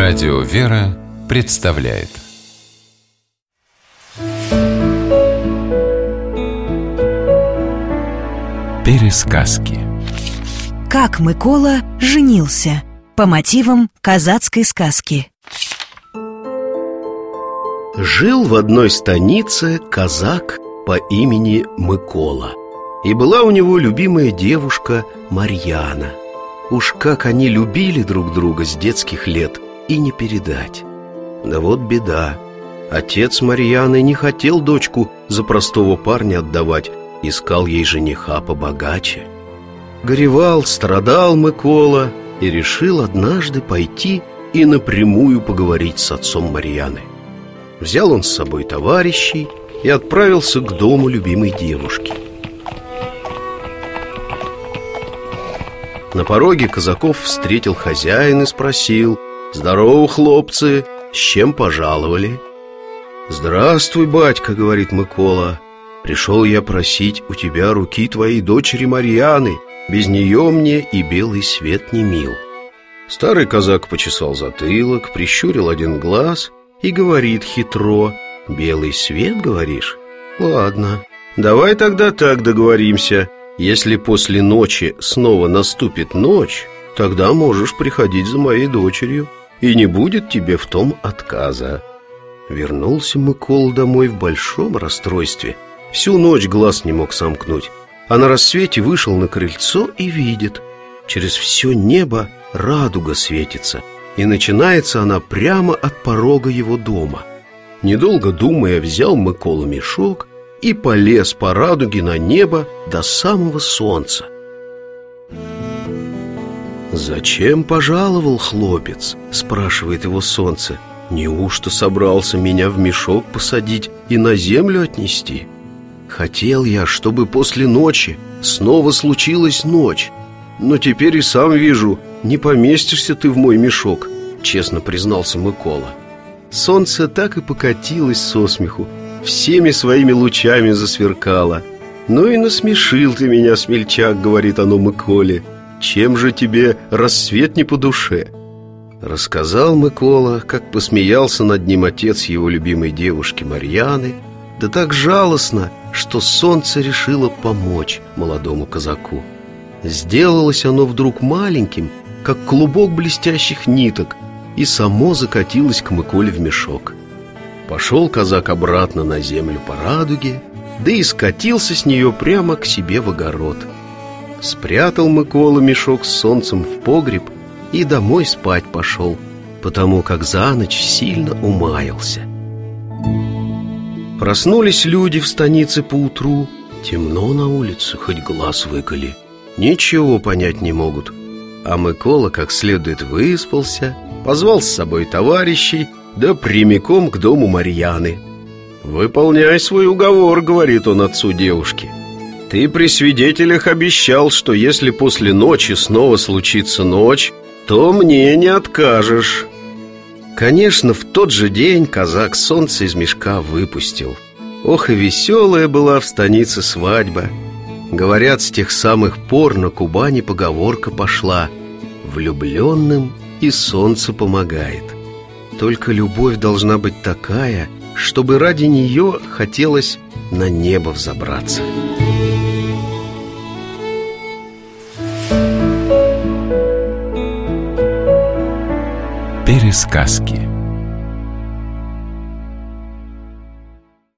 Радио «Вера» представляет Пересказки. Как Микола женился по мотивам казацкой сказки. Жил в одной станице казак по имени Микола. И была у него любимая девушка Марьяна. Уж как они любили друг друга с детских лет, и не передать. Да вот беда. Отец Марьяны не хотел дочку за простого парня отдавать, искал ей жениха побогаче. Горевал, страдал Микола и решил однажды пойти и напрямую поговорить с отцом Марьяны. Взял он с собой товарищей и отправился к дому любимой девушки. На пороге казаков встретил хозяин и спросил: «Здорово, хлопцы, с чем пожаловали?» «Здравствуй, батька», — говорит Микола. «Пришел я просить у тебя руки твоей дочери Марьяны. Без нее мне и белый свет не мил». Старый казак почесал затылок, прищурил один глаз и говорит хитро: «Белый свет, говоришь? Ладно, давай тогда так договоримся. Если после ночи снова наступит ночь, тогда можешь приходить за моей дочерью, и не будет тебе в том отказа». Вернулся Микола домой в большом расстройстве. Всю ночь глаз не мог сомкнуть, а на рассвете вышел на крыльцо и видит: через все небо радуга светится, и начинается она прямо от порога его дома. Недолго думая, взял Микола мешок и полез по радуге на небо до самого солнца. «Зачем пожаловал, хлопец?» — спрашивает его солнце. «Неужто собрался меня в мешок посадить и на землю отнести? Хотел я, чтобы после ночи снова случилась ночь, но теперь и сам вижу, не поместишься ты в мой мешок», — честно признался Микола. Солнце так и покатилось со смеху, всеми своими лучами засверкало. «Ну и насмешил ты меня, смельчак», — говорит оно Миколе. «Чем же тебе рассвет не по душе?» Рассказал Микола, как посмеялся над ним отец его любимой девушки Марьяны, да так жалостно, что солнце решило помочь молодому казаку. Сделалось оно вдруг маленьким, как клубок блестящих ниток, и само закатилось к Миколе в мешок. Пошел казак обратно на землю по радуге, да и скатился с нее прямо к себе в огород. Спрятал Микола мешок с солнцем в погреб и домой спать пошел, потому как за ночь сильно умаялся. Проснулись люди в станице поутру. Темно на улице, хоть глаз выколи. Ничего понять не могут. А Микола как следует выспался, позвал с собой товарищей, да прямиком к дому Марьяны. «Выполняй свой уговор», — говорит он отцу девушки. «Ты при свидетелях обещал, что если после ночи снова случится ночь, то мне не откажешь». Конечно, в тот же день казак солнце из мешка выпустил. Ох, и веселая была в станице свадьба. Говорят, с тех самых пор на Кубани поговорка пошла: влюбленным и солнце помогает. Только любовь должна быть такая, чтобы ради нее хотелось на небо взобраться. Пересказки.